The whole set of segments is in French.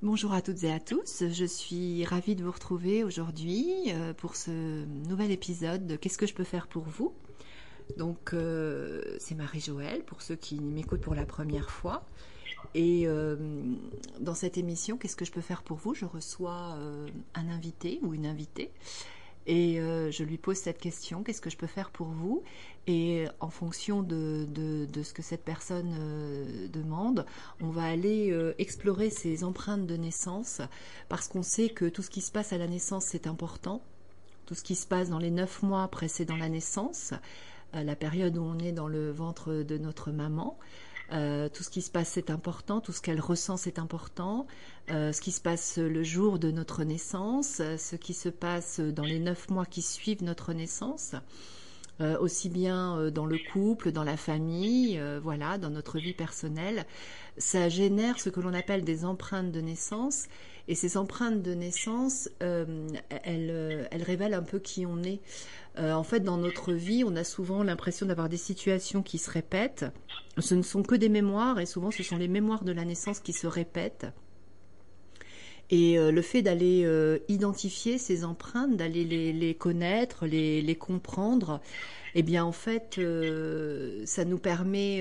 Bonjour à toutes et à tous, je suis ravie de vous retrouver aujourd'hui pour ce nouvel épisode de Qu'est-ce que je peux faire pour vous? Donc c'est Marie-Joëlle pour ceux qui m'écoutent pour la première fois. Et dans cette émission Qu'est-ce que je peux faire pour vous? Je reçois un invité ou une invitée. Et je lui pose cette question, qu'est-ce que je peux faire pour vous? Et en fonction de ce que cette personne demande, on va aller explorer ses empreintes de naissance, parce qu'on sait que tout ce qui se passe à la naissance, c'est important. Tout ce qui se passe dans les 9 mois précédant la naissance, la période où on est dans le ventre de notre maman. Tout ce qui se passe, c'est important. Tout ce qu'elle ressent, c'est important. Ce qui se passe le jour de notre naissance, ce qui se passe dans les 9 mois qui suivent notre naissance, aussi bien dans le couple, dans la famille, voilà, dans notre vie personnelle. Ça génère ce que l'on appelle des empreintes de naissance. Et ces empreintes de naissance, elles révèlent un peu qui on est. En fait, dans notre vie, on a souvent l'impression d'avoir des situations qui se répètent. Ce ne sont que des mémoires, et souvent ce sont les mémoires de la naissance qui se répètent. Et le fait d'aller identifier ces empreintes, d'aller les connaître, les comprendre, eh bien en fait, ça nous permet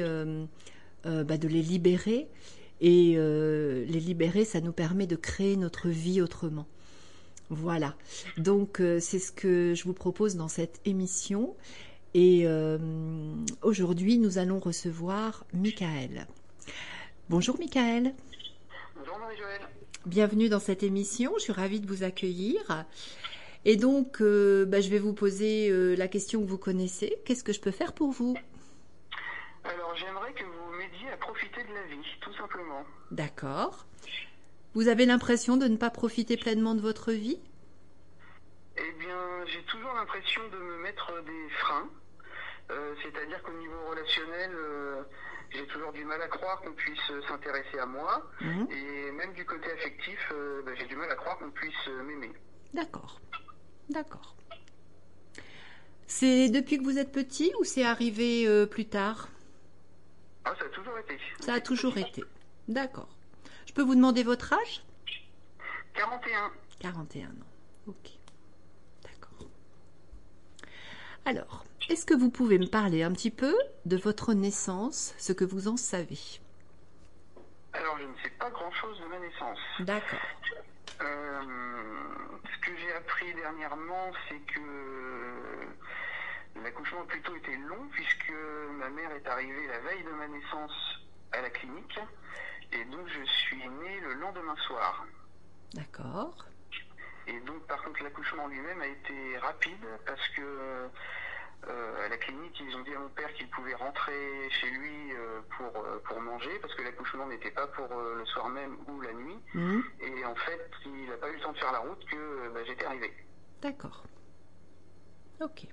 de les libérer. Et les libérer, ça nous permet de créer notre vie autrement. Voilà, donc c'est ce que je vous propose dans cette émission. Et aujourd'hui, nous allons recevoir Michael. Bonjour Michael. Bonjour Marie-Joëlle. Bienvenue dans cette émission, je suis ravie de vous accueillir. Et donc, je vais vous poser la question que vous connaissez. Qu'est-ce que je peux faire pour vous? Alors j'aimerais que vous m'aidiez à profiter de la vie, tout simplement. D'accord. Vous avez l'impression de ne pas profiter pleinement de votre vie? Eh bien, j'ai toujours l'impression de me mettre des freins. C'est-à-dire qu'au niveau relationnel, j'ai toujours du mal à croire qu'on puisse s'intéresser à moi. Et même du côté affectif, j'ai du mal à croire qu'on puisse m'aimer. D'accord. D'accord. C'est depuis que vous êtes petit ou c'est arrivé plus tard? Ah, ça a toujours été. Ça a toujours été. D'accord. Je peux vous demander votre âge? 41. 41 ans. Ok. D'accord. Alors, est-ce que vous pouvez me parler un petit peu de votre naissance, ce que vous en savez? Alors, je ne sais pas grand-chose de ma naissance. D'accord. Ce que j'ai appris dernièrement, c'est que l'accouchement a plutôt été long, puisque ma mère est arrivée la veille de ma naissance à la clinique, et donc je suis né le lendemain soir. D'accord. Et donc par contre l'accouchement lui-même a été rapide, parce que à la clinique ils ont dit à mon père qu'il pouvait rentrer chez lui pour manger, parce que l'accouchement n'était pas pour le soir même ou la nuit. Et en fait il n'a pas eu le temps de faire la route que j'étais arrivé. D'accord. Ok.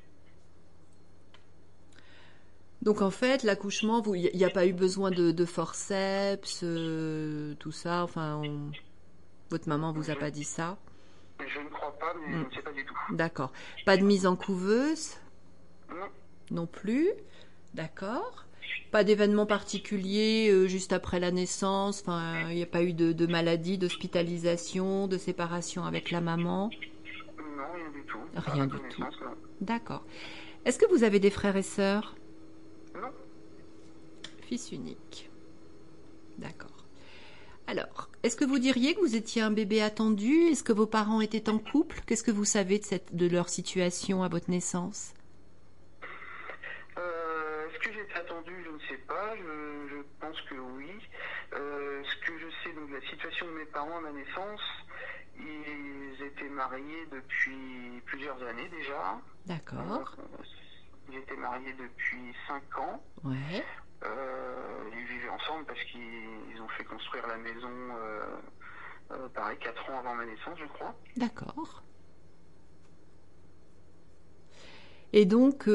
Donc en fait, l'accouchement, il n'y a pas eu besoin de forceps, tout ça. Enfin, votre maman vous a pas dit ça? Je ne crois pas, mais je ne sais pas du tout. D'accord. Pas de mise en couveuse? Non. Non plus. D'accord. Pas d'événement particulier juste après la naissance. Enfin, il n'y a pas eu de maladie, d'hospitalisation, de séparation avec la maman? Non, rien du tout. Rien du tout. Non. D'accord. Est-ce que vous avez des frères et sœurs? Non. Fils unique. D'accord. Alors, est-ce que vous diriez que vous étiez un bébé attendu? Est-ce que vos parents étaient en couple? Qu'est-ce que vous savez de leur situation à votre naissance? Est-ce que j'étais attendu? Je ne sais pas. Je pense que oui. Ce que je sais donc de la situation de mes parents à ma naissance, ils étaient mariés depuis plusieurs années déjà. D'accord. Ils étaient mariés depuis 5 ans. Ouais. Ils vivaient ensemble parce qu'ils ont fait construire la maison, pareil, 4 ans avant ma naissance, je crois. D'accord. Et donc,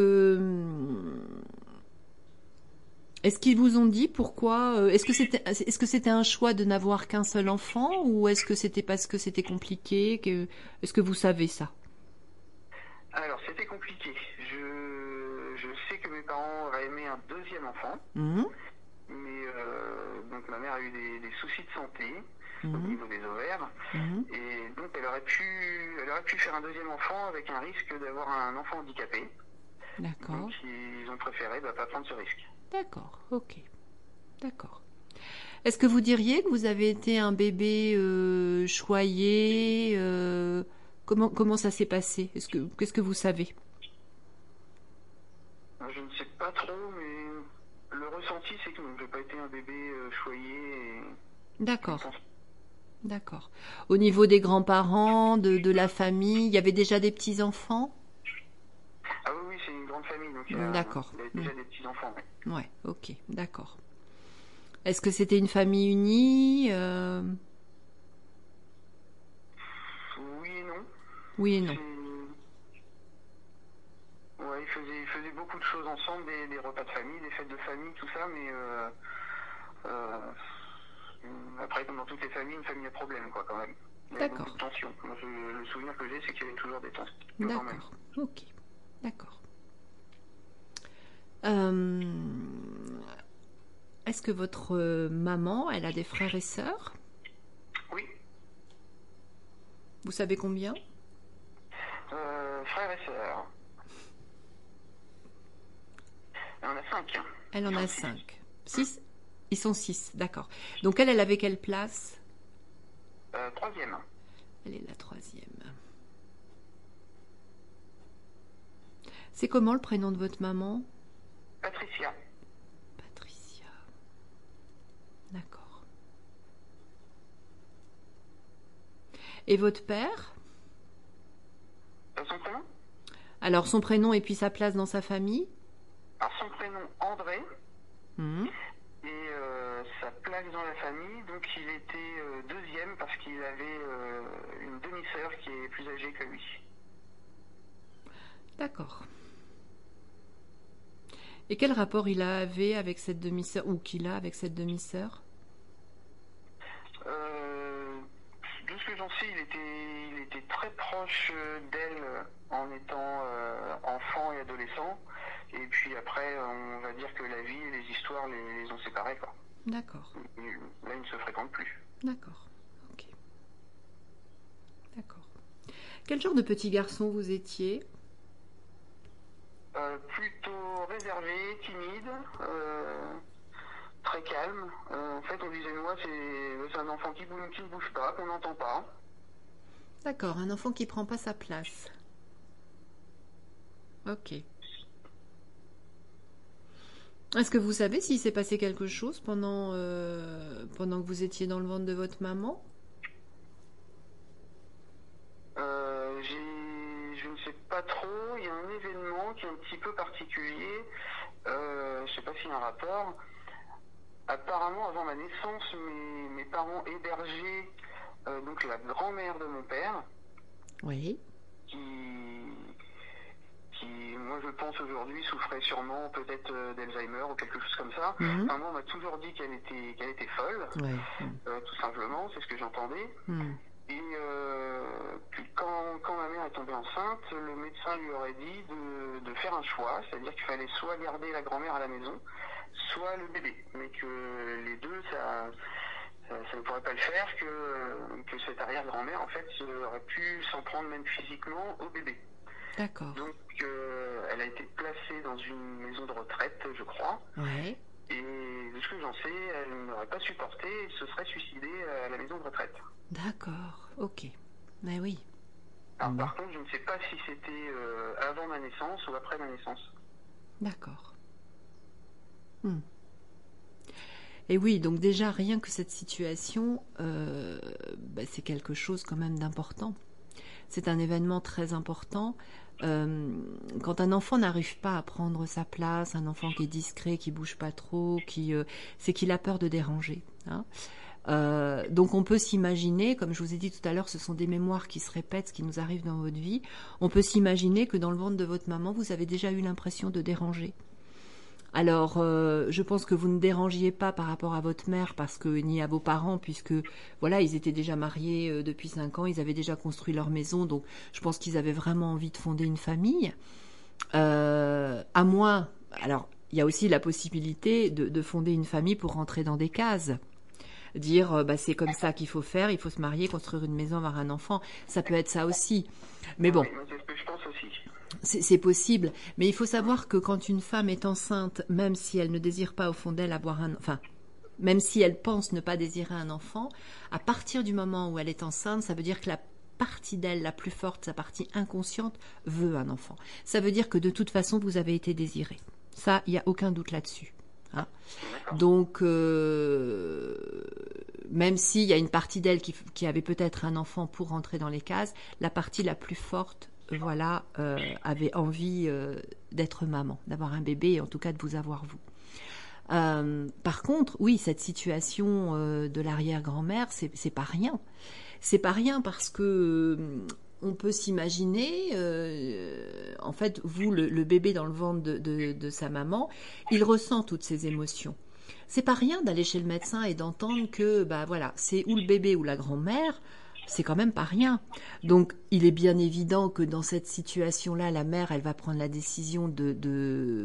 est-ce qu'ils vous ont dit pourquoi? Est-ce que c'était un choix de n'avoir qu'un seul enfant, ou est-ce que c'était parce que c'était compliqué? Est-ce que vous savez ça? Alors, c'était compliqué. Je sais que mes parents auraient aimé un deuxième enfant, mais donc ma mère a eu des soucis de santé au Mhm. niveau des ovaires. Mhm. Et donc elle aurait pu faire un deuxième enfant avec un risque d'avoir un enfant handicapé. D'accord. Donc ils ont préféré pas prendre ce risque. D'accord. Ok. D'accord. Est-ce que vous diriez que vous avez été un bébé choyé comment ça s'est passé? Qu'est-ce que vous savez? Je ne sais pas trop, mais le ressenti c'est que je n'ai pas été un bébé choyé. Et je D'accord. pense. D'accord. Au niveau des grands-parents, de la famille, il y avait déjà des petits-enfants? Ah oui, c'est une grande famille, donc D'accord. il y a déjà des petits-enfants. Ouais. Ouais, ok, d'accord. Est-ce que c'était une famille unie? Oui et non. Oui et non. Ouais, ils faisaient beaucoup de choses ensemble, des repas de famille, des fêtes de famille, tout ça, mais euh, après, comme dans toutes les familles, une famille à problème, quoi, quand même. Il y avait beaucoup D'accord. de tensions. Moi, le souvenir que j'ai, c'est qu'il y avait toujours des tensions, quand même. D'accord. Ok. D'accord. Euh, Est-ce que votre maman, elle a des frères et sœurs? Oui, Vous savez combien? frères et sœurs. Il y en a 5. Elle en Ils a sont 5. 6? Ils sont 6, d'accord. Donc elle avait quelle place? 3e. Elle est la 3e. C'est comment le prénom de votre maman? Patricia. Patricia. D'accord. Et votre père? Son prénom? Alors son prénom et puis sa place dans sa famille? Alors, son prénom, André. Mhm. Et sa place dans la famille, donc il était 2e parce qu'il avait une demi-sœur qui est plus âgée que lui. D'accord. Et quel rapport il avait avec cette demi-sœur, ou qu'il a avec cette demi-sœur? De ce que j'en sais, il était très proche d'elle en étant enfant et adolescent. Et puis après, on va dire que la vie et les histoires les ont séparés, quoi. D'accord. Là, ils ne se fréquentent plus. D'accord. Ok. D'accord. Quel genre de petit garçon vous étiez? Plutôt réservé, timide, très calme. En fait, on disait de moi, c'est un enfant qui ne bouge pas, qu'on n'entend pas. D'accord, un enfant qui prend pas sa place. Ok. Est-ce que vous savez s'il s'est passé quelque chose pendant que vous étiez dans le ventre de votre maman? Je ne sais pas trop. Il y a un événement qui est un petit peu particulier. Je ne sais pas s'il y a un rapport. Apparemment, avant ma naissance, mes parents hébergeaient donc la grand-mère de mon père, Oui. qui, moi je pense aujourd'hui, souffrait sûrement peut-être d'Alzheimer ou quelque chose comme ça. Mhm. Enfin, moi, on m'a toujours dit qu'elle était folle, Ouais. tout simplement, c'est ce que j'entendais. Mhm. Et puis quand ma mère est tombée enceinte, le médecin lui aurait dit de faire un choix, c'est-à-dire qu'il fallait soit garder la grand-mère à la maison, soit le bébé. Mais que les deux, ça ne pourrait pas le faire, que cette arrière-grand-mère, en fait, aurait pu s'en prendre même physiquement au bébé. D'accord. Donc elle a été placée dans une maison de retraite, je crois. Ouais. Et de ce que j'en sais, elle n'aurait pas supporté et se serait suicidée à la maison de retraite. D'accord. Ok. Mais oui. Alors, par contre, je ne sais pas si c'était avant ma naissance ou après ma naissance. D'accord. Et oui, donc déjà rien que cette situation, c'est quelque chose quand même d'important. C'est un événement très important. Quand un enfant n'arrive pas à prendre sa place, un enfant qui est discret, qui bouge pas trop, c'est qu'il a peur de déranger. Hein. Donc on peut s'imaginer, comme je vous ai dit tout à l'heure, ce sont des mémoires qui se répètent, ce qui nous arrive dans votre vie. On peut s'imaginer que dans le ventre de votre maman, vous avez déjà eu l'impression de déranger. Alors, je pense que vous ne dérangiez pas par rapport à votre mère, ni à vos parents, puisque voilà, ils étaient déjà mariés depuis 5 ans, ils avaient déjà construit leur maison, donc je pense qu'ils avaient vraiment envie de fonder une famille. À moins, alors il y a aussi la possibilité de fonder une famille pour rentrer dans des cases. Dire c'est comme ça qu'il faut faire, il faut se marier, construire une maison, avoir un enfant, ça peut être ça aussi. Mais bon, c'est ce que je pense aussi. c'est possible. Mais il faut savoir que quand une femme est enceinte, même si elle ne désire pas au fond d'elle avoir même si elle pense ne pas désirer un enfant, à partir du moment où elle est enceinte, ça veut dire que la partie d'elle la plus forte, sa partie inconsciente, veut un enfant. Ça veut dire que de toute façon, vous avez été désiré. Ça, il n'y a aucun doute là-dessus. Hein. Donc, même s'il y a une partie d'elle qui avait peut-être un enfant pour rentrer dans les cases, la partie la plus forte, avait envie d'être maman, d'avoir un bébé et en tout cas de vous avoir vous. Par contre, oui, cette situation de l'arrière-grand-mère, c'est pas rien. C'est pas rien parce que on peut s'imaginer, en fait, vous, le bébé dans le ventre de sa maman, il ressent toutes ces émotions. C'est pas rien d'aller chez le médecin et d'entendre que, c'est ou le bébé ou la grand-mère, c'est quand même pas rien. Donc, il est bien évident que dans cette situation-là, la mère, elle va prendre la décision de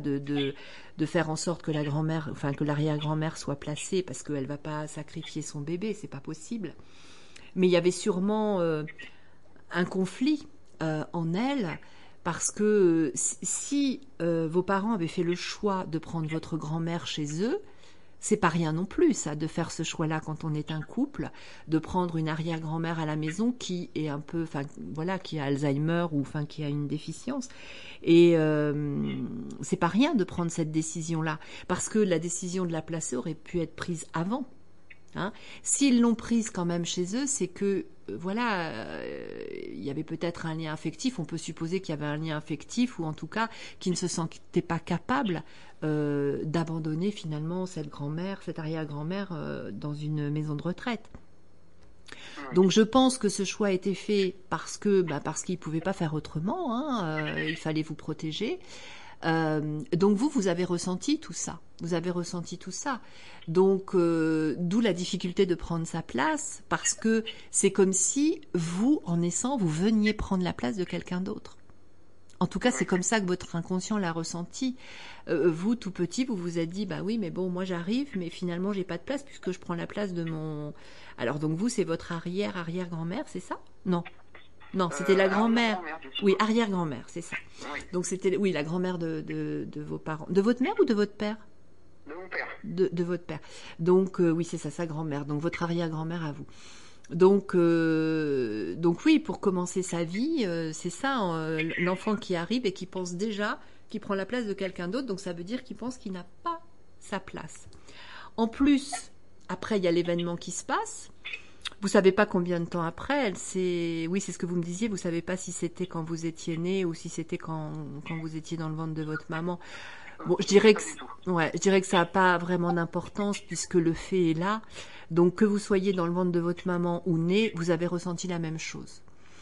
faire en sorte que la grand-mère, que l'arrière-grand-mère soit placée parce qu'elle va pas sacrifier son bébé, c'est pas possible. Mais il y avait sûrement un conflit en elle, parce que si vos parents avaient fait le choix de prendre votre grand-mère chez eux, c'est pas rien non plus, ça, de faire ce choix-là quand on est un couple, de prendre une arrière-grand-mère à la maison qui est un peu, qui a Alzheimer ou qui a une déficience. Et c'est pas rien de prendre cette décision-là, parce que la décision de la placer aurait pu être prise avant. Hein. S'ils l'ont prise quand même chez eux, c'est que il y avait peut-être un lien affectif. On peut supposer qu'il y avait un lien affectif, ou en tout cas qu'ils ne se sentaient pas capables d'abandonner finalement cette grand-mère, cette arrière-grand-mère dans une maison de retraite. Donc je pense que ce choix a été fait parce qu'ils ne pouvaient pas faire autrement. Il fallait vous protéger. Donc vous avez ressenti tout ça. Vous avez ressenti tout ça. Donc, d'où la difficulté de prendre sa place, parce que c'est comme si vous, en naissant, vous veniez prendre la place de quelqu'un d'autre. En tout cas, c'est comme ça que votre inconscient l'a ressenti. Vous, tout petit, vous vous êtes dit, oui, mais bon, moi j'arrive, mais finalement, j'ai pas de place puisque je prends la place de mon... Alors, donc vous, c'est votre arrière-grand-mère, c'est ça? Non, c'était la grand-mère. Oui, arrière-grand-mère, c'est ça. Oui. Donc, c'était, la grand-mère de vos parents. De votre mère ou de votre père? De mon père. De votre père. Donc, oui, c'est ça, sa grand-mère. Donc, votre arrière-grand-mère à vous. Donc oui, pour commencer sa vie, c'est ça, l'enfant qui arrive et qui pense déjà qu'il prend la place de quelqu'un d'autre. Donc, ça veut dire qu'il pense qu'il n'a pas sa place. En plus, après, il y a l'événement qui se passe. Vous savez pas combien de temps après, c'est ce que vous me disiez, vous savez pas si c'était quand vous étiez né ou si c'était quand vous étiez dans le ventre de votre maman. Bon, je dirais que ça n'a pas vraiment d'importance puisque le fait est là. Donc, que vous soyez dans le ventre de votre maman ou né, vous avez ressenti la même chose.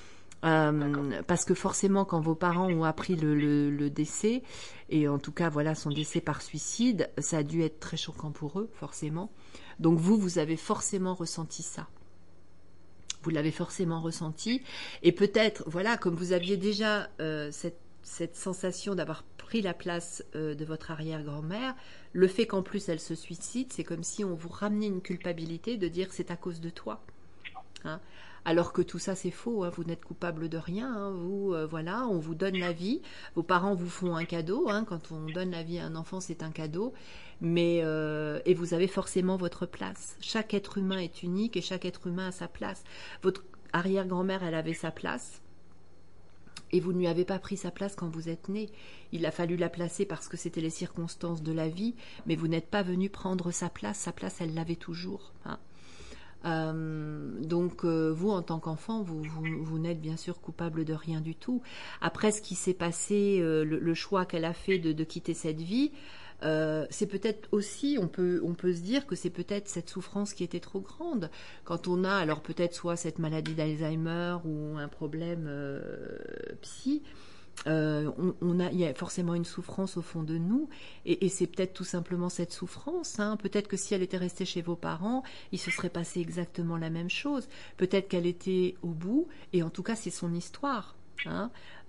Parce que forcément, quand vos parents ont appris le décès, et en tout cas, son décès par suicide, ça a dû être très choquant pour eux, forcément. Donc, vous avez forcément ressenti ça. Vous l'avez forcément ressenti. Et peut-être, comme vous aviez déjà cette sensation d'avoir pris la place de votre arrière-grand-mère, le fait qu'en plus elle se suicide, c'est comme si on vous ramenait une culpabilité de dire c'est à cause de toi. Hein. Alors que tout ça c'est faux, vous n'êtes coupable de rien, vous, on vous donne la vie, vos parents vous font un cadeau, quand on donne la vie à un enfant c'est un cadeau, mais et vous avez forcément votre place. Chaque être humain est unique et chaque être humain a sa place. Votre arrière-grand-mère, elle avait sa place. Et vous ne lui avez pas pris sa place quand vous êtes né. Il a fallu la placer parce que c'était les circonstances de la vie, mais vous n'êtes pas venu prendre sa place. Sa place, elle l'avait toujours. Donc, vous, en tant qu'enfant, vous n'êtes bien sûr coupable de rien du tout. Après, ce qui s'est passé, le choix qu'elle a fait de quitter cette vie, c'est peut-être aussi, on peut se dire que c'est peut-être cette souffrance qui était trop grande. Quand on a, alors peut-être soit cette maladie d'Alzheimer ou un problème psy, il y a forcément une souffrance au fond de nous, et c'est peut-être tout simplement cette souffrance. Peut-être que si elle était restée chez vos parents, il se serait passé exactement la même chose. Peut-être qu'elle était au bout, et en tout cas c'est son histoire. Hein.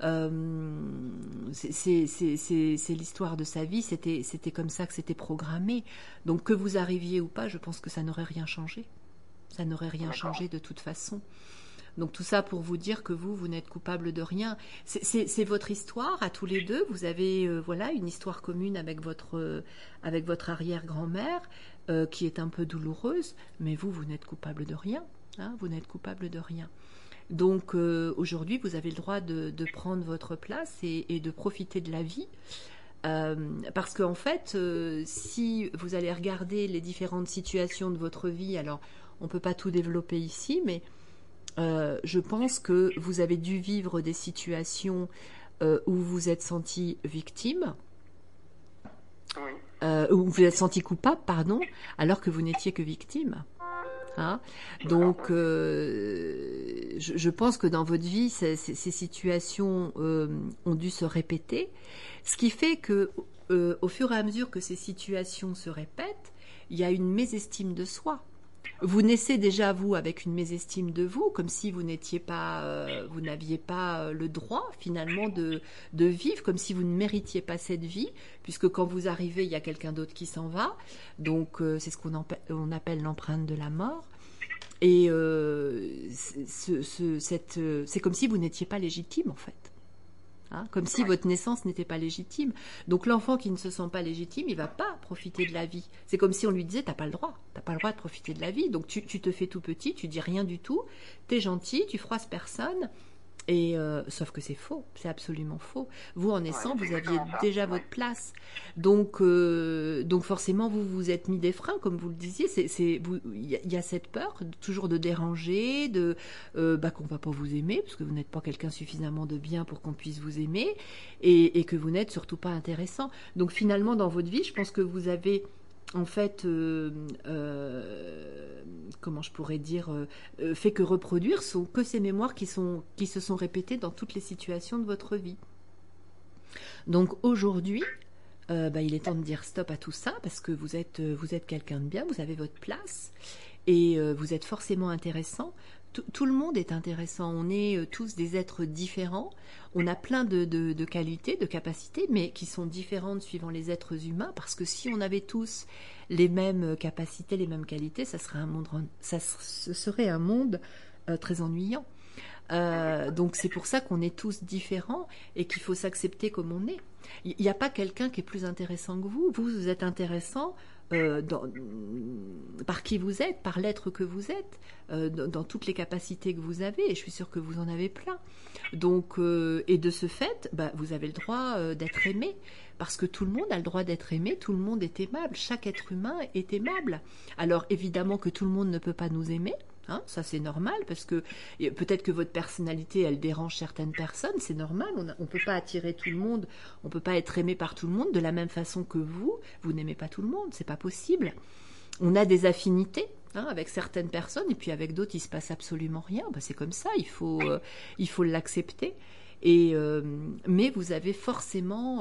C'est l'histoire de sa vie, c'était comme ça que c'était programmé. Donc que vous arriviez ou pas, je pense que ça n'aurait rien changé. Ça n'aurait rien changé de toute façon. Donc tout ça pour vous dire que vous n'êtes coupable de rien. C'est votre histoire à tous les deux. Vous avez voilà une histoire commune avec votre arrière-grand-mère qui est un peu douloureuse, mais vous n'êtes coupable de rien. Hein, vous n'êtes coupable de rien. Donc aujourd'hui, vous avez le droit de prendre votre place et de profiter de la vie. Parce qu'en fait, si vous allez regarder les différentes situations de votre vie, alors on ne peut pas tout développer ici, mais je pense que vous avez dû vivre des situations où vous vous êtes senti victime, où vous vous êtes senti coupable, pardon, alors que vous n'étiez que victime. Hein, donc, je pense que dans votre vie, ces situations ont dû se répéter, ce qui fait que, au fur et à mesure que ces situations se répètent, il y a une mésestime de soi. Vous naissez déjà vous avec une mésestime de vous, comme si vous n'aviez pas le droit finalement de vivre, comme si vous ne méritiez pas cette vie, puisque quand vous arrivez, il y a quelqu'un d'autre qui s'en va. Donc c'est ce qu'on appelle l'empreinte de la mort. Et c'est comme si vous n'étiez pas légitime en fait. Hein, comme si votre naissance n'était pas légitime. Donc l'enfant qui ne se sent pas légitime, il va pas profiter de la vie. C'est comme si on lui disait, t'as pas le droit de profiter de la vie. Donc tu te fais tout petit, tu dis rien du tout, t'es gentil, tu froisses personne. Et sauf que c'est faux, c'est absolument faux. Vous en naissant, vous aviez déjà votre place. Donc forcément, vous vous êtes mis des freins, comme vous le disiez. Il y a cette peur toujours de déranger, qu'on va pas vous aimer, parce que vous n'êtes pas quelqu'un suffisamment de bien pour qu'on puisse vous aimer, et que vous n'êtes surtout pas intéressant. Donc finalement, dans votre vie, je pense que vous avez en fait, comment je pourrais dire, fait que reproduire sont que ces mémoires qui se sont répétées dans toutes les situations de votre vie. Donc aujourd'hui, il est temps de dire stop à tout ça parce que vous êtes quelqu'un de bien, vous avez votre place et vous êtes forcément intéressant. Tout le monde est intéressant, on est tous des êtres différents, on a plein de qualités, de capacités, mais qui sont différentes suivant les êtres humains, parce que si on avait tous les mêmes capacités, les mêmes qualités, ce serait un monde très ennuyant. Donc c'est pour ça qu'on est tous différents et qu'il faut s'accepter comme on est. Il n'y a pas quelqu'un qui est plus intéressant que vous. Vous êtes intéressant par qui vous êtes, par l'être que vous êtes, dans toutes les capacités que vous avez, et je suis sûre que vous en avez plein. Donc, et de ce fait, vous avez le droit d'être aimé, parce que tout le monde a le droit d'être aimé, tout le monde est aimable, chaque être humain est aimable. Alors évidemment que tout le monde ne peut pas nous aimer, hein, ça c'est normal, parce que peut-être que votre personnalité elle dérange certaines personnes, c'est normal, on ne peut pas attirer tout le monde, on ne peut pas être aimé par tout le monde de la même façon que vous n'aimez pas tout le monde, c'est pas possible. On a des affinités avec certaines personnes et puis avec d'autres il se passe absolument rien, c'est comme ça, il faut l'accepter. Mais vous avez forcément,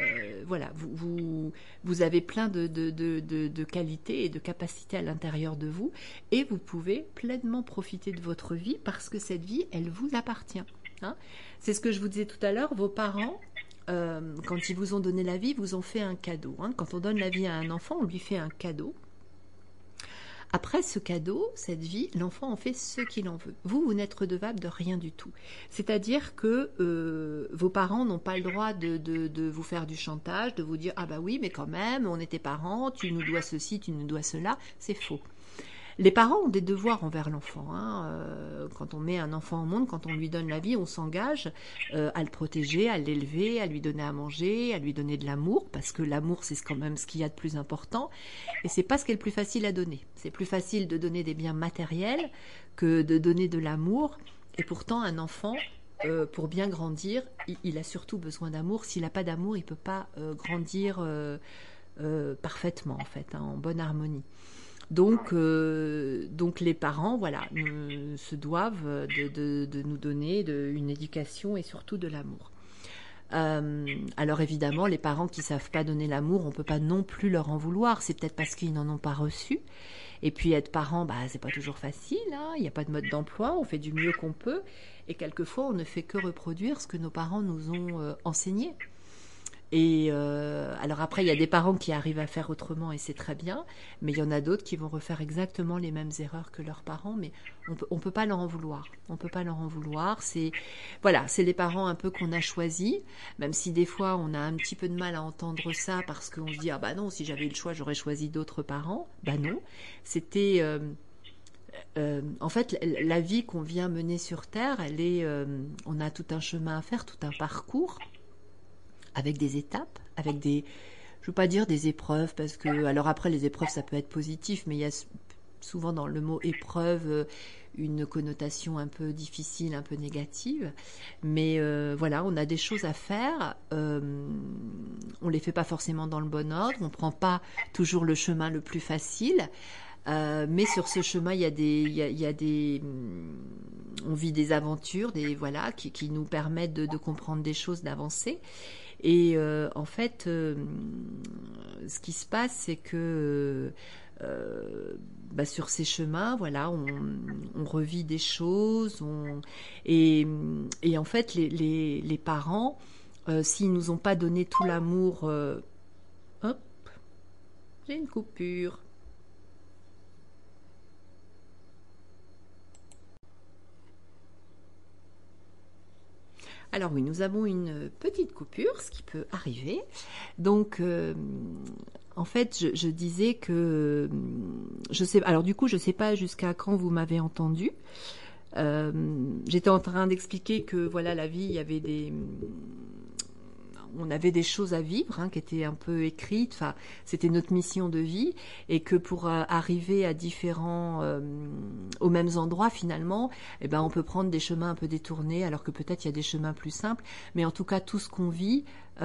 vous avez plein de qualités et de capacités à l'intérieur de vous, et vous pouvez pleinement profiter de votre vie parce que cette vie, elle vous appartient. Hein. C'est ce que je vous disais tout à l'heure. Vos parents, quand ils vous ont donné la vie, vous ont fait un cadeau. Hein. Quand on donne la vie à un enfant, on lui fait un cadeau. Après ce cadeau, cette vie, l'enfant en fait ce qu'il en veut. Vous n'êtes redevable de rien du tout. C'est-à-dire que vos parents n'ont pas le droit de vous faire du chantage, de vous dire « Ah bah oui, mais quand même, on est tes parents, tu nous dois ceci, tu nous dois cela ». C'est faux. Les parents ont des devoirs envers l'enfant. Hein. Quand on met un enfant au monde, quand on lui donne la vie, on s'engage à le protéger, à l'élever, à lui donner à manger, à lui donner de l'amour, parce que l'amour, c'est quand même ce qu'il y a de plus important. Et c'est pas ce qui est le plus facile à donner. C'est plus facile de donner des biens matériels que de donner de l'amour. Et pourtant, un enfant, pour bien grandir, il a surtout besoin d'amour. S'il n'a pas d'amour, il peut pas grandir parfaitement, en fait, en bonne harmonie. Donc les parents, se doivent de nous donner une éducation et surtout de l'amour. Alors évidemment, les parents qui savent pas donner l'amour, on peut pas non plus leur en vouloir. C'est peut-être parce qu'ils n'en ont pas reçu. Et puis être parent, c'est pas toujours facile, hein. Il n'y a pas de mode d'emploi, on fait du mieux qu'on peut. Et quelquefois, on ne fait que reproduire ce que nos parents nous ont enseigné. Et alors après, il y a des parents qui arrivent à faire autrement et c'est très bien, mais il y en a d'autres qui vont refaire exactement les mêmes erreurs que leurs parents, mais on peut pas leur en vouloir. On peut pas leur en vouloir. C'est les parents un peu qu'on a choisis, même si des fois on a un petit peu de mal à entendre ça parce qu'on se dit ah bah non, si j'avais eu le choix, j'aurais choisi d'autres parents. Bah non, c'était en fait, la vie qu'on vient mener sur Terre, on a tout un chemin à faire, tout un parcours, avec des étapes, avec je veux pas dire des épreuves, parce que, alors après, les épreuves, ça peut être positif, mais il y a souvent dans le mot épreuve une connotation un peu difficile, un peu négative. Mais voilà, on a des choses à faire, on les fait pas forcément dans le bon ordre, on prend pas toujours le chemin le plus facile. Mais sur ce chemin, il y a des, on vit des aventures, qui nous permettent de comprendre des choses, d'avancer. Et en fait, ce qui se passe, c'est que sur ces chemins, voilà, on revit des choses, et en fait, les parents, s'ils nous ont pas donné tout l'amour, hop, j'ai une coupure. Alors oui, nous avons une petite coupure, ce qui peut arriver. Donc, en fait, je disais que je sais. Alors du coup, je sais pas jusqu'à quand vous m'avez entendu. J'étais en train d'expliquer que voilà, la vie, il y avait on avait des choses à vivre, qui étaient un peu écrites. Enfin, c'était notre mission de vie, et que pour arriver à aux mêmes endroits finalement, on peut prendre des chemins un peu détournés, alors que peut-être il y a des chemins plus simples. Mais en tout cas, tout ce qu'on vit,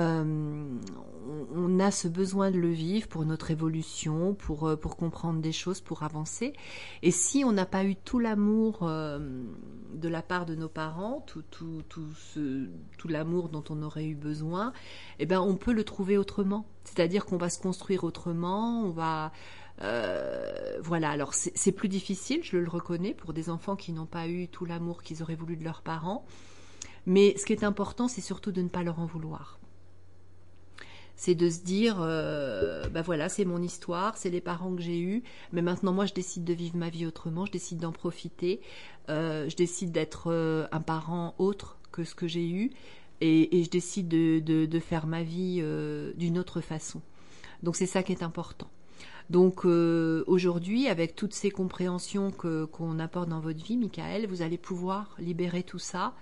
on a ce besoin de le vivre pour notre évolution, pour comprendre des choses, pour avancer. Et si on n'a pas eu tout l'amour de la part de nos parents, tout l'amour dont on aurait eu besoin, on peut le trouver autrement. C'est-à-dire qu'on va se construire autrement, on va... voilà, alors c'est plus difficile, je le reconnais, pour des enfants qui n'ont pas eu tout l'amour qu'ils auraient voulu de leurs parents. Mais ce qui est important, c'est surtout de ne pas leur en vouloir. C'est de se dire, voilà, c'est mon histoire, c'est les parents que j'ai eus, mais maintenant moi je décide de vivre ma vie autrement, je décide d'en profiter, je décide d'être un parent autre que ce que j'ai eu, et je décide de faire ma vie d'une autre façon. Donc c'est ça qui est important. Donc aujourd'hui, avec toutes ces compréhensions qu'on apporte dans votre vie, Michael, vous allez pouvoir libérer tout ça,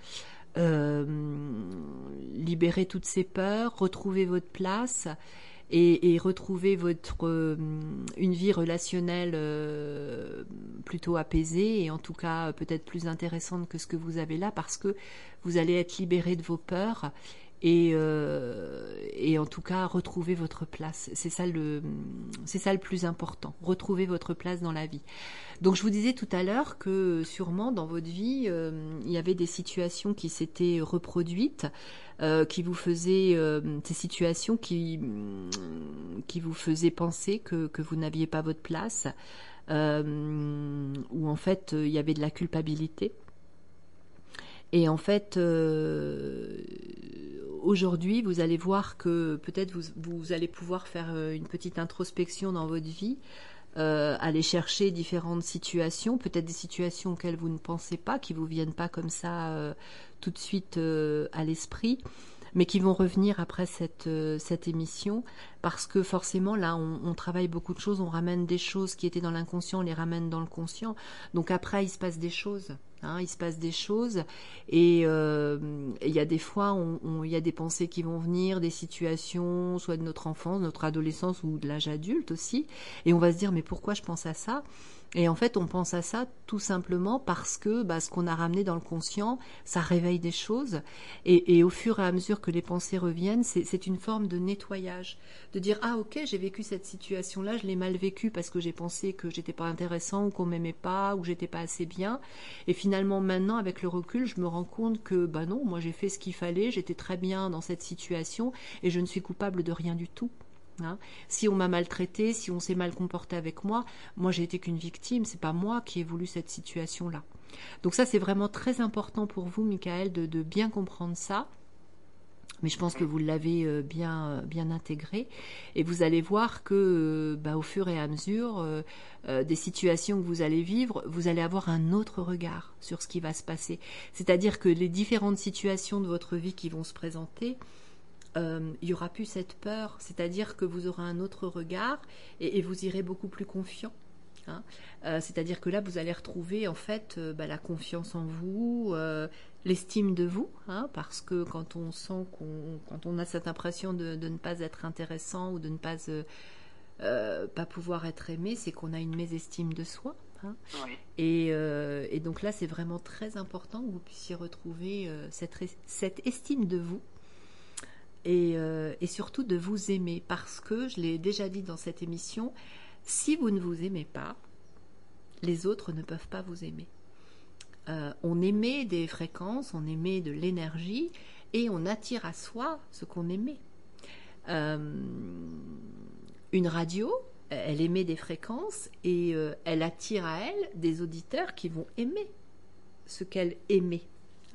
libérer toutes ces peurs, retrouver votre place et retrouver une vie relationnelle plutôt apaisée, et en tout cas peut-être plus intéressante que ce que vous avez là, parce que vous allez être libéré de vos peurs et en tout cas retrouver votre place. C'est ça le plus important, retrouver votre place dans la vie. Donc je vous disais tout à l'heure que sûrement dans votre vie il y avait des situations qui s'étaient reproduites, qui vous faisaient ces situations qui vous faisaient penser que vous n'aviez pas votre place, où en fait il y avait de la culpabilité. Et en fait, aujourd'hui, vous allez voir que peut-être vous allez pouvoir faire une petite introspection dans votre vie, aller chercher différentes situations, peut-être des situations auxquelles vous ne pensez pas, qui vous viennent pas comme ça tout de suite à l'esprit, mais qui vont revenir après cette émission, parce que forcément là on travaille beaucoup de choses, on ramène des choses qui étaient dans l'inconscient, on les ramène dans le conscient, donc après il se passe des choses. Il se passe des choses, et il y a des fois, il y a des pensées qui vont venir, des situations, soit de notre enfance, de notre adolescence ou de l'âge adulte aussi, et on va se dire mais pourquoi je pense à ça ? Et en fait, on pense à ça tout simplement parce que ce qu'on a ramené dans le conscient, ça réveille des choses, et au fur et à mesure que les pensées reviennent, c'est une forme de nettoyage, de dire ah ok, j'ai vécu cette situation-là, je l'ai mal vécue parce que j'ai pensé que j'étais pas intéressant, ou qu'on m'aimait pas, ou que j'étais pas assez bien, et finalement maintenant avec le recul, je me rends compte que non, moi j'ai fait ce qu'il fallait, j'étais très bien dans cette situation et je ne suis coupable de rien du tout. Hein. Si on m'a maltraité, si on s'est mal comporté avec moi, moi j'ai été qu'une victime, c'est pas moi qui ai voulu cette situation-là. Donc ça, c'est vraiment très important pour vous, Michael, de bien comprendre ça. Mais je pense que vous l'avez bien intégré. Et vous allez voir que au fur et à mesure des situations que vous allez vivre, vous allez avoir un autre regard sur ce qui va se passer. C'est-à-dire que les différentes situations de votre vie qui vont se présenter, il n'y aura plus cette peur, c'est-à-dire que vous aurez un autre regard et vous irez beaucoup plus confiant. Hein. C'est-à-dire que là, vous allez retrouver en fait la confiance en vous, l'estime de vous, hein, parce que quand on sent quand on a cette impression de ne pas être intéressant ou de ne pas pouvoir être aimé, c'est qu'on a une mésestime de soi. Hein. Oui. Et donc là, c'est vraiment très important que vous puissiez retrouver cette estime de vous. Et surtout de vous aimer, parce que, je l'ai déjà dit dans cette émission, si vous ne vous aimez pas, les autres ne peuvent pas vous aimer. On émet des fréquences, on émet de l'énergie, et on attire à soi ce qu'on émet. Une radio, elle émet des fréquences, et elle attire à elle des auditeurs qui vont aimer ce qu'elle émet. D'accord ?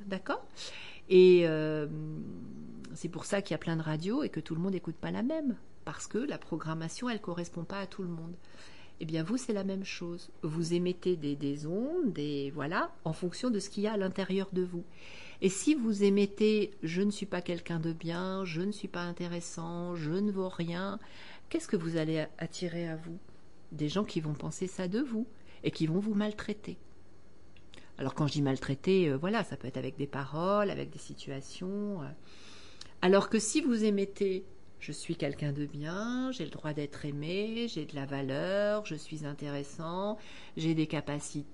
Et c'est pour ça qu'il y a plein de radios et que tout le monde n'écoute pas la même, parce que la programmation, elle ne correspond pas à tout le monde. Eh bien, vous, c'est la même chose. Vous émettez des ondes, voilà, en fonction de ce qu'il y a à l'intérieur de vous. Et si vous émettez « je ne suis pas quelqu'un de bien, je ne suis pas intéressant, je ne vaux rien », qu'est-ce que vous allez attirer à vous ? Des gens qui vont penser ça de vous et qui vont vous maltraiter. Alors quand je dis maltraiter, voilà, ça peut être avec des paroles, avec des situations. Alors que si vous émettez « je suis quelqu'un de bien, j'ai le droit d'être aimé, j'ai de la valeur, je suis intéressant, j'ai des capacités »,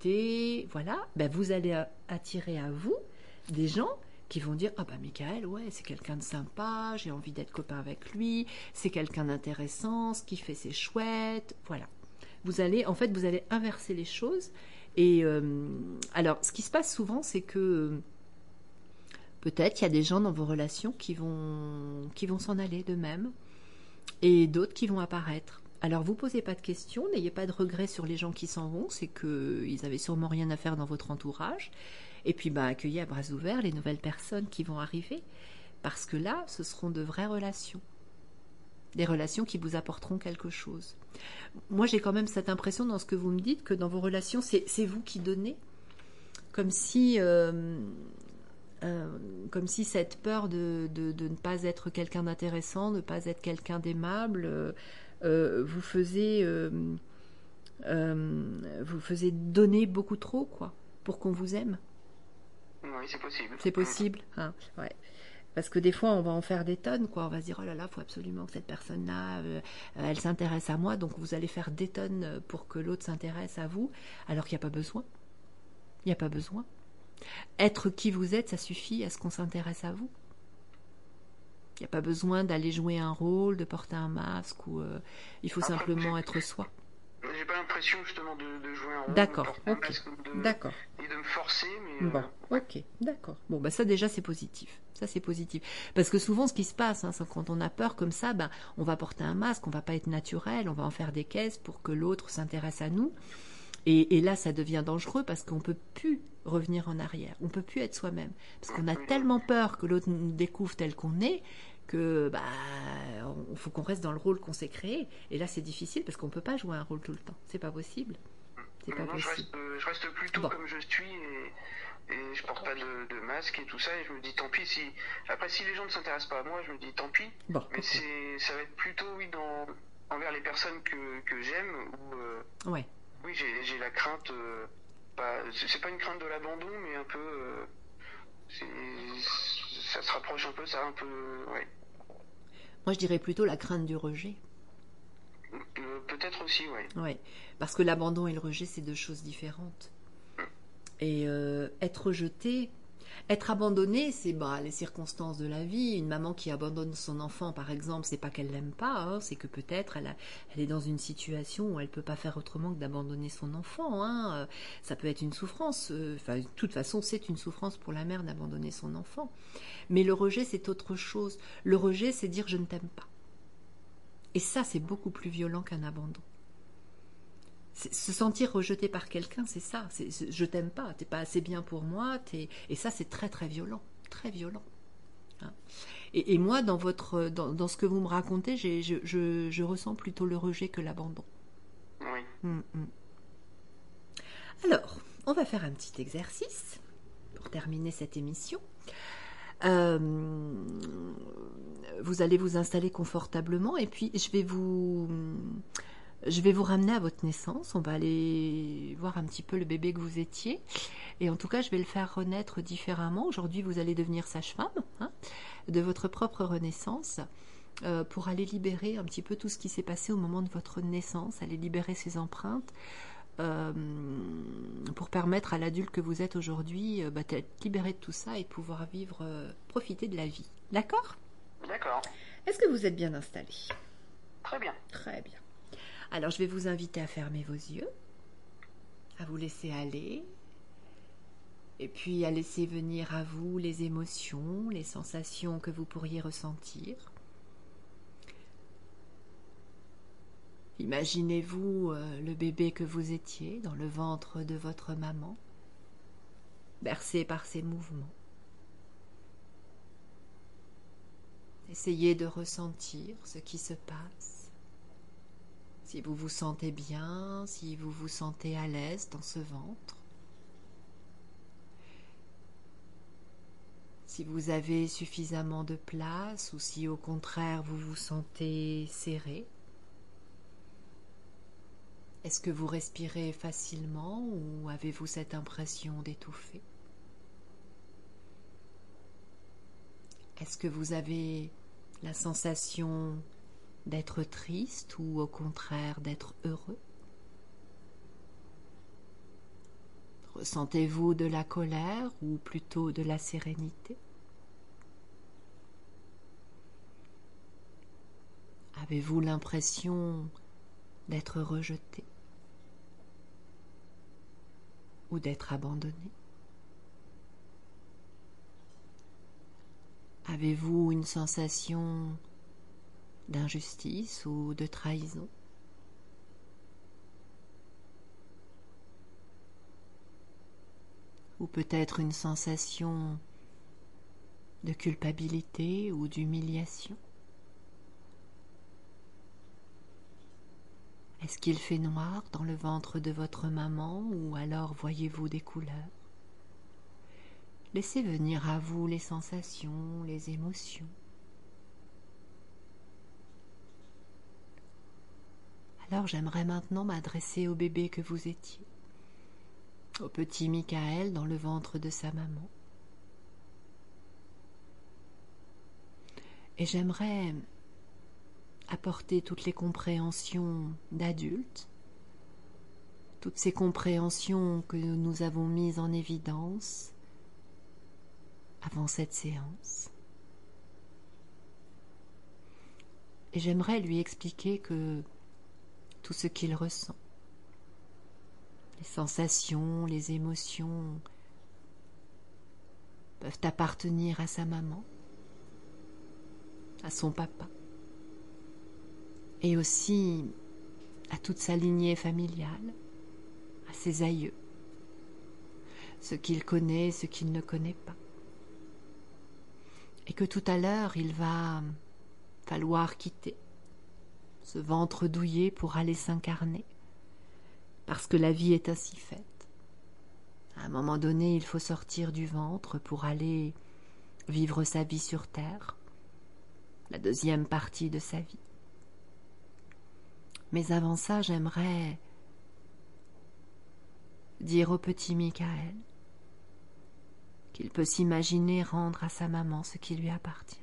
voilà, vous allez attirer à vous des gens qui vont dire « ah Michael, ouais, c'est quelqu'un de sympa, j'ai envie d'être copain avec lui, c'est quelqu'un d'intéressant, ce qu'il fait c'est chouette », voilà. Vous allez inverser les choses. Et alors, ce qui se passe souvent, c'est que peut-être il y a des gens dans vos relations qui vont s'en aller d'eux-mêmes et d'autres qui vont apparaître. Alors, vous posez pas de questions, n'ayez pas de regrets sur les gens qui s'en vont, c'est qu'ils avaient sûrement rien à faire dans votre entourage. Et puis, accueillez à bras ouverts les nouvelles personnes qui vont arriver, parce que là, ce seront de vraies relations. Des relations qui vous apporteront quelque chose. Moi, j'ai quand même cette impression dans ce que vous me dites, que dans vos relations, c'est vous qui donnez. Comme si cette peur de ne pas être quelqu'un d'intéressant, de ne pas être quelqu'un d'aimable, vous faisait donner beaucoup trop, quoi, pour qu'on vous aime. Oui, c'est possible. C'est possible, hein, ouais. Parce que des fois, on va en faire des tonnes, quoi. On va se dire, oh là là, il faut absolument que cette personne-là, elle s'intéresse à moi. Donc, vous allez faire des tonnes pour que l'autre s'intéresse à vous, alors qu'il n'y a pas besoin. Il n'y a pas besoin. Être qui vous êtes, ça suffit à ce qu'on s'intéresse à vous. Il n'y a pas besoin d'aller jouer un rôle, de porter un masque, ou il faut simplement être soi. J'ai pas l'impression justement de jouer un rôle, d'accord, de porter un masque, d'accord. Et de me forcer, mais... Bon, ok, d'accord. Bon, ça déjà c'est positif. Ça c'est positif. Parce que souvent ce qui se passe, c'est quand on a peur comme ça, on va porter un masque, on va pas être naturel, on va en faire des caisses pour que l'autre s'intéresse à nous. Et là ça devient dangereux parce qu'on peut plus revenir en arrière. On peut plus être soi-même. Parce qu'on a tellement peur que l'autre nous découvre tel qu'on est, que il faut qu'on reste dans le rôle qu'on s'est créé. Et là, c'est difficile parce qu'on ne peut pas jouer un rôle tout le temps. C'est pas possible. C'est pas possible. Je reste plutôt comme je suis et je porte pas de masque et tout ça. Et je me dis tant pis si. Après, si les gens ne s'intéressent pas à moi, je me dis tant pis. Bon, mais ça va être plutôt envers les personnes que j'aime ou. Ouais. Oui, j'ai la crainte. C'est pas une crainte de l'abandon, mais un peu. Ça se rapproche un peu, ça un peu. Ouais. Moi, je dirais plutôt la crainte du rejet. Peut-être aussi, oui. Ouais, parce que l'abandon et le rejet, c'est deux choses différentes. Et être rejeté, être abandonné, c'est les circonstances de la vie. Une maman qui abandonne son enfant, par exemple, c'est pas qu'elle l'aime pas, hein, c'est que peut-être elle est dans une situation où elle peut pas faire autrement que d'abandonner son enfant. Hein. Ça peut être une souffrance. De toute façon, c'est une souffrance pour la mère d'abandonner son enfant. Mais le rejet, c'est autre chose. Le rejet, c'est dire je ne t'aime pas. Et ça, c'est beaucoup plus violent qu'un abandon. Se sentir rejeté par quelqu'un, c'est ça. Je t'aime pas, t'es pas assez bien pour moi. Et ça, c'est très très violent. Très violent. Hein. Et moi, dans ce que vous me racontez, je ressens plutôt le rejet que l'abandon. Oui. Alors, on va faire un petit exercice pour terminer cette émission. Vous allez vous installer confortablement et puis je vais vous ramener à votre naissance. On va aller voir un petit peu le bébé que vous étiez. Et en tout cas, je vais le faire renaître différemment. Aujourd'hui, vous allez devenir sage-femme de votre propre renaissance pour aller libérer un petit peu tout ce qui s'est passé au moment de votre naissance, aller libérer ces empreintes pour permettre à l'adulte que vous êtes aujourd'hui d'être libéré de tout ça et de pouvoir vivre, profiter de la vie. D'accord ? D'accord. Est-ce que vous êtes bien installé ? Très bien. Très bien. Alors, je vais vous inviter à fermer vos yeux, à vous laisser aller, et puis à laisser venir à vous les émotions, les sensations que vous pourriez ressentir. Imaginez-vous le bébé que vous étiez dans le ventre de votre maman, bercé par ses mouvements. Essayez de ressentir ce qui se passe. Si vous vous sentez bien, si vous vous sentez à l'aise dans ce ventre. Si vous avez suffisamment de place ou si au contraire vous vous sentez serré. Est-ce que vous respirez facilement ou avez-vous cette impression d'étouffer? Est-ce que vous avez la sensation d'être triste ou au contraire d'être heureux? Ressentez-vous de la colère ou plutôt de la sérénité? Avez-vous l'impression d'être rejeté ou d'être abandonné? Avez-vous une sensation d'injustice ou de trahison? Ou peut-être une sensation de culpabilité ou d'humiliation? Est-ce qu'il fait noir dans le ventre de votre maman ou alors voyez-vous des couleurs? Laissez venir à vous les sensations, les émotions. Alors j'aimerais maintenant m'adresser au bébé que vous étiez, au petit Michael dans le ventre de sa maman. Et j'aimerais apporter toutes les compréhensions d'adultes, toutes ces compréhensions que nous avons mises en évidence avant cette séance. Et j'aimerais lui expliquer que tout ce qu'il ressent, les sensations, les émotions, peuvent appartenir à sa maman, à son papa, et aussi à toute sa lignée familiale, à ses aïeux, ce qu'il connaît, ce qu'il ne connaît pas. Et que tout à l'heure, il va falloir quitter ce ventre douillet pour aller s'incarner, parce que la vie est ainsi faite. À un moment donné, il faut sortir du ventre pour aller vivre sa vie sur terre, la deuxième partie de sa vie. Mais avant ça, j'aimerais dire au petit Michael qu'il peut s'imaginer rendre à sa maman ce qui lui appartient.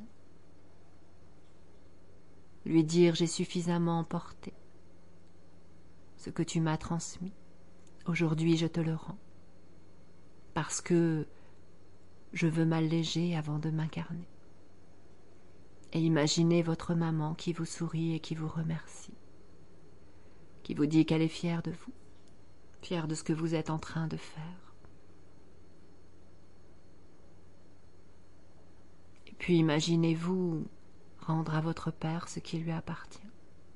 Lui dire: j'ai suffisamment emporté ce que tu m'as transmis. Aujourd'hui, je te le rends. Parce que je veux m'alléger avant de m'incarner. Et imaginez votre maman qui vous sourit et qui vous remercie, qui vous dit qu'elle est fière de vous, fière de ce que vous êtes en train de faire. Et puis imaginez-vous rendre à votre père ce qui lui appartient.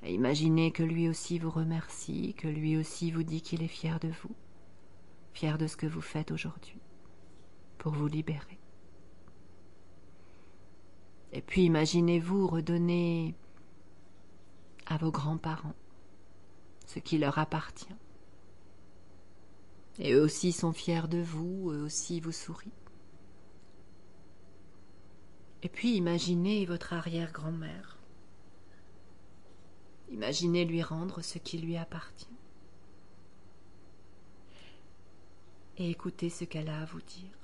Et imaginez que lui aussi vous remercie, que lui aussi vous dit qu'il est fier de vous, fier de ce que vous faites aujourd'hui, pour vous libérer. Et puis imaginez-vous redonner à vos grands-parents ce qui leur appartient. Et eux aussi sont fiers de vous, eux aussi vous sourient. Et puis imaginez votre arrière-grand-mère. Imaginez lui rendre ce qui lui appartient. Et écoutez ce qu'elle a à vous dire.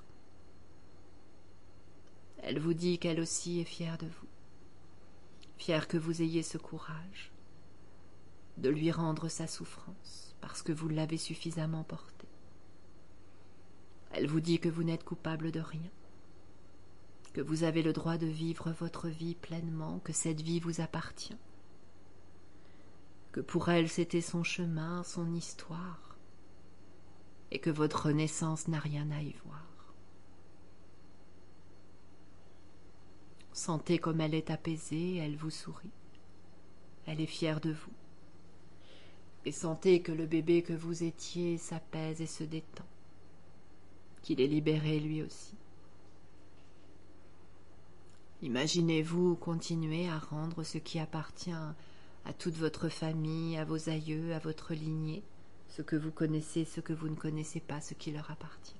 Elle vous dit qu'elle aussi est fière de vous, fière que vous ayez ce courage de lui rendre sa souffrance parce que vous l'avez suffisamment portée. Elle vous dit que vous n'êtes coupable de rien, que vous avez le droit de vivre votre vie pleinement, que cette vie vous appartient, que pour elle c'était son chemin, son histoire, et que votre renaissance n'a rien à y voir. Sentez comme elle est apaisée, elle vous sourit, elle est fière de vous. Et sentez que le bébé que vous étiez s'apaise et se détend, qu'il est libéré lui aussi. Imaginez-vous continuer à rendre ce qui appartient à toute votre famille, à vos aïeux, à votre lignée, ce que vous connaissez, ce que vous ne connaissez pas, ce qui leur appartient.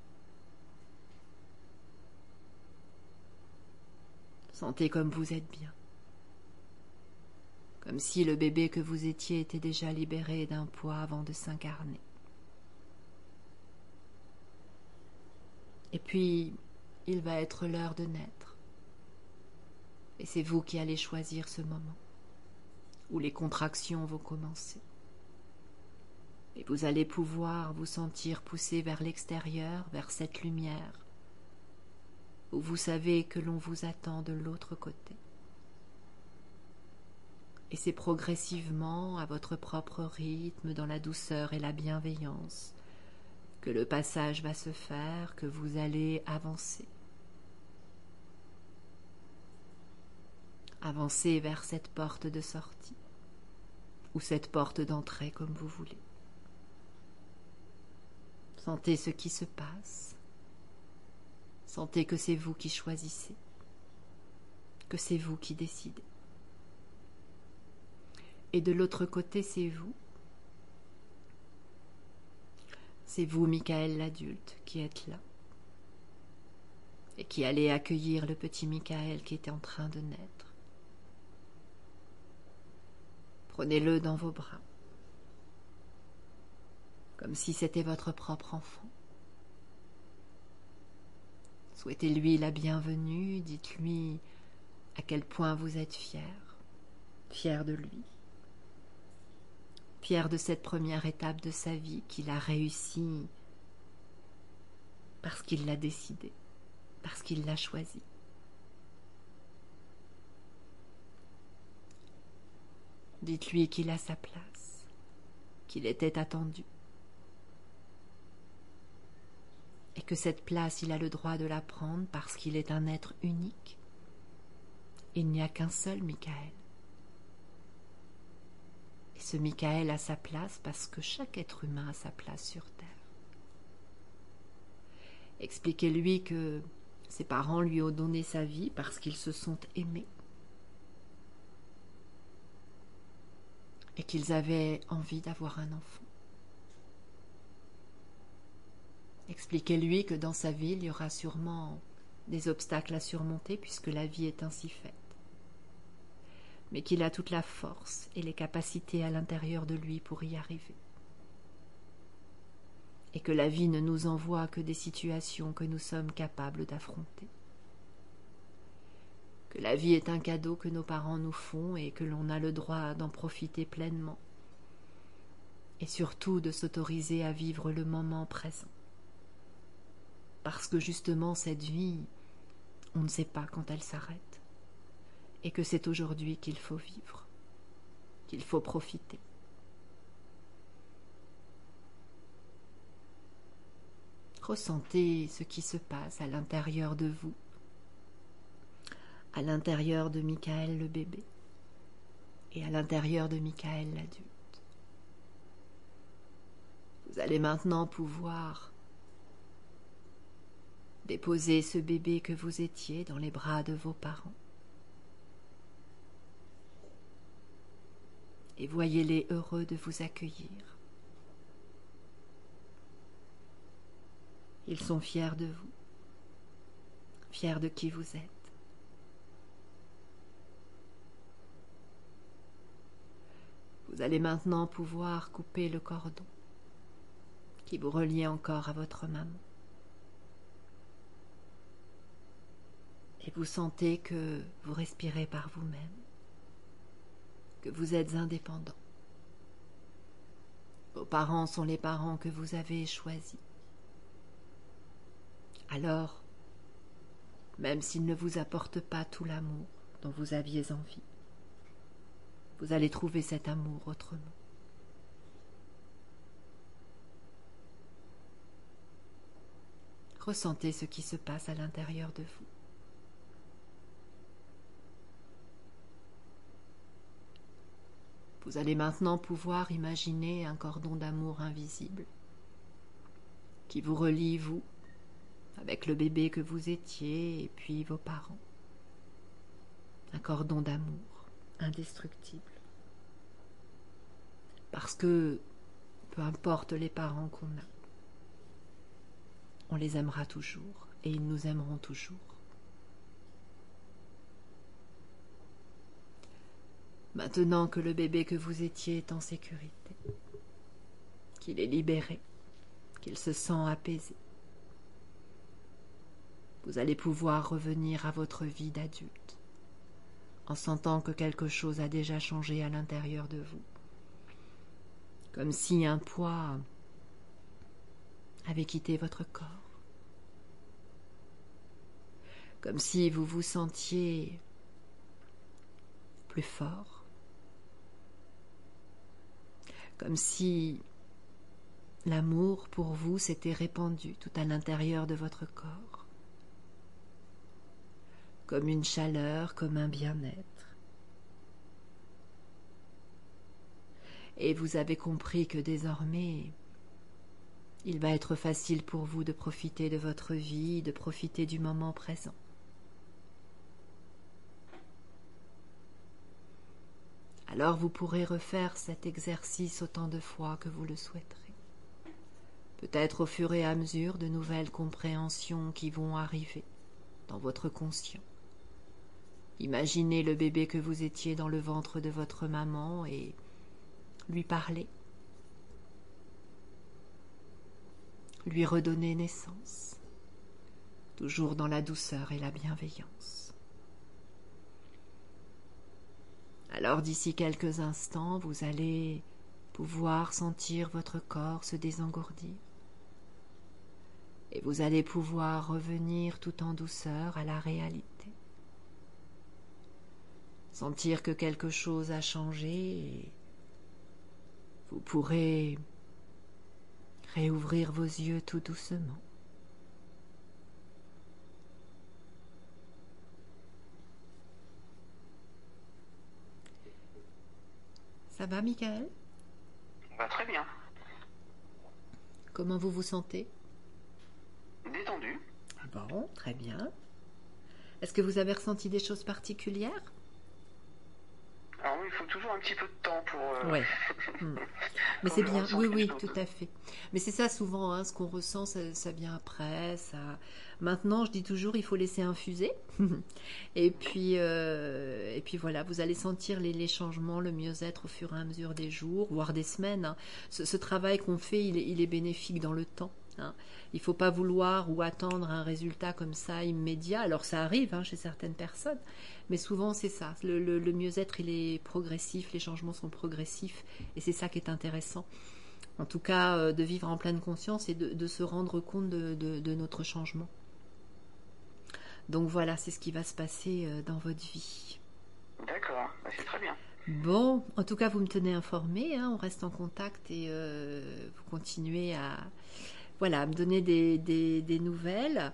Sentez comme vous êtes bien, comme si le bébé que vous étiez était déjà libéré d'un poids avant de s'incarner. Et puis, il va être l'heure de naître. Et c'est vous qui allez choisir ce moment où les contractions vont commencer. Et vous allez pouvoir vous sentir poussé vers l'extérieur, vers cette lumière, où vous savez que l'on vous attend de l'autre côté. Et c'est progressivement, à votre propre rythme, dans la douceur et la bienveillance, que le passage va se faire, que vous allez avancer. Avancer vers cette porte de sortie, ou cette porte d'entrée, comme vous voulez. Sentez ce qui se passe. Sentez que c'est vous qui choisissez, que c'est vous qui décidez. Et de l'autre côté, c'est vous. C'est vous, Michael l'adulte, qui êtes là et qui allez accueillir le petit Michael qui était en train de naître. Prenez-le dans vos bras, comme si c'était votre propre enfant. Souhaitez-lui la bienvenue, dites-lui à quel point vous êtes fier de lui, fier de cette première étape de sa vie qu'il a réussi parce qu'il l'a décidé, parce qu'il l'a choisi. Dites-lui qu'il a sa place, qu'il était attendu, et que cette place, il a le droit de la prendre parce qu'il est un être unique. Il n'y a qu'un seul Michael. Et ce Michael a sa place parce que chaque être humain a sa place sur Terre. Expliquez-lui que ses parents lui ont donné sa vie parce qu'ils se sont aimés et qu'ils avaient envie d'avoir un enfant. Expliquez-lui que dans sa vie, il y aura sûrement des obstacles à surmonter puisque la vie est ainsi faite. Mais qu'il a toute la force et les capacités à l'intérieur de lui pour y arriver. Et que la vie ne nous envoie que des situations que nous sommes capables d'affronter. Que la vie est un cadeau que nos parents nous font et que l'on a le droit d'en profiter pleinement. Et surtout de s'autoriser à vivre le moment présent. Parce que justement cette vie, on ne sait pas quand elle s'arrête. Et que c'est aujourd'hui qu'il faut vivre, qu'il faut profiter. Ressentez ce qui se passe à l'intérieur de vous, à l'intérieur de Michael le bébé. et à l'intérieur de Michael l'adulte. Vous allez maintenant pouvoir déposer ce bébé que vous étiez dans les bras de vos parents. Et voyez-les heureux de vous accueillir. Ils sont fiers de vous, fiers de qui vous êtes. Vous allez maintenant pouvoir couper le cordon qui vous reliait encore à votre maman. Et vous sentez que vous respirez par vous-même, que vous êtes indépendant. Vos parents sont les parents que vous avez choisis. Alors, même s'ils ne vous apportent pas tout l'amour dont vous aviez envie, vous allez trouver cet amour autrement. Ressentez ce qui se passe à l'intérieur de vous. Vous allez maintenant pouvoir imaginer un cordon d'amour invisible qui vous relie, vous, avec le bébé que vous étiez et puis vos parents. Un cordon d'amour indestructible. Parce que, peu importe les parents qu'on a, on les aimera toujours et ils nous aimeront toujours. Maintenant que le bébé que vous étiez est en sécurité, qu'il est libéré, qu'il se sent apaisé, vous allez pouvoir revenir à votre vie d'adulte, en sentant que quelque chose a déjà changé à l'intérieur de vous, comme si un poids avait quitté votre corps, comme si vous vous sentiez plus fort, comme si l'amour pour vous s'était répandu tout à l'intérieur de votre corps, comme une chaleur, comme un bien-être. Et vous avez compris que désormais, il va être facile pour vous de profiter de votre vie, de profiter du moment présent. Alors vous pourrez refaire cet exercice autant de fois que vous le souhaiterez. Peut-être au fur et à mesure de nouvelles compréhensions qui vont arriver dans votre conscient. Imaginez le bébé que vous étiez dans le ventre de votre maman et lui parler. Lui redonner naissance, toujours dans la douceur et la bienveillance. Alors d'ici quelques instants, vous allez pouvoir sentir votre corps se désengourdir et vous allez pouvoir revenir tout en douceur à la réalité. Sentir que quelque chose a changé et vous pourrez réouvrir vos yeux tout doucement. Ça va, Michael? Très bien. Comment vous vous sentez? Détendu. Bon, très bien. Est-ce que vous avez ressenti des choses particulières? Alors oui, il faut toujours un petit peu de temps pour... Ouais. Mais c'est bien, oui, tout à fait. Mais c'est ça souvent, hein, ce qu'on ressent, ça vient après. Maintenant, je dis toujours, il faut laisser infuser. Et puis voilà, vous allez sentir les changements, le mieux-être au fur et à mesure des jours, voire des semaines. Hein. Ce travail qu'on fait, il est bénéfique dans le temps. Hein. Il ne faut pas vouloir ou attendre un résultat comme ça immédiat. Alors ça arrive hein, chez certaines personnes, mais souvent c'est ça. Le mieux-être il est progressif, les changements sont progressifs et c'est ça qui est intéressant. En tout cas, de vivre en pleine conscience et de se rendre compte de notre changement. Donc voilà, c'est ce qui va se passer dans votre vie. D'accord, c'est très bien. Bon, en tout cas vous me tenez informé, hein, on reste en contact et vous continuez à... Voilà, me donner des nouvelles.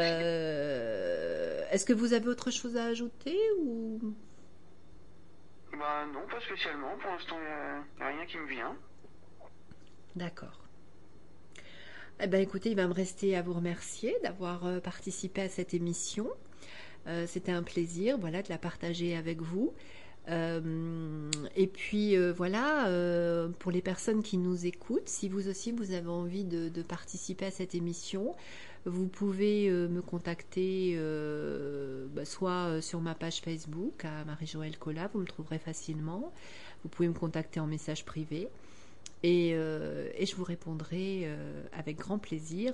Est-ce que vous avez autre chose à ajouter ou... Bah non, pas spécialement. Pour l'instant, il n'y a rien qui me vient. D'accord. Eh ben, écoutez, il va me rester à vous remercier d'avoir participé à cette émission. C'était un plaisir, voilà, de la partager avec vous. Et puis voilà, pour les personnes qui nous écoutent, si vous aussi vous avez envie de participer à cette émission, vous pouvez me contacter soit sur ma page Facebook à Marie-Joëlle Collat, vous me trouverez facilement. Vous pouvez me contacter en message privé et je vous répondrai avec grand plaisir.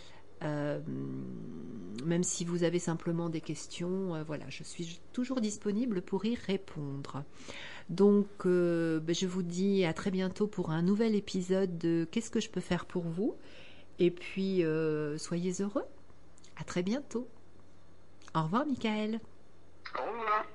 Même si vous avez simplement des questions, voilà, je suis toujours disponible pour y répondre. Donc, je vous dis à très bientôt pour un nouvel épisode de Qu'est-ce que je peux faire pour vous? Et puis, soyez heureux. À très bientôt. Au revoir, Michael. Au revoir.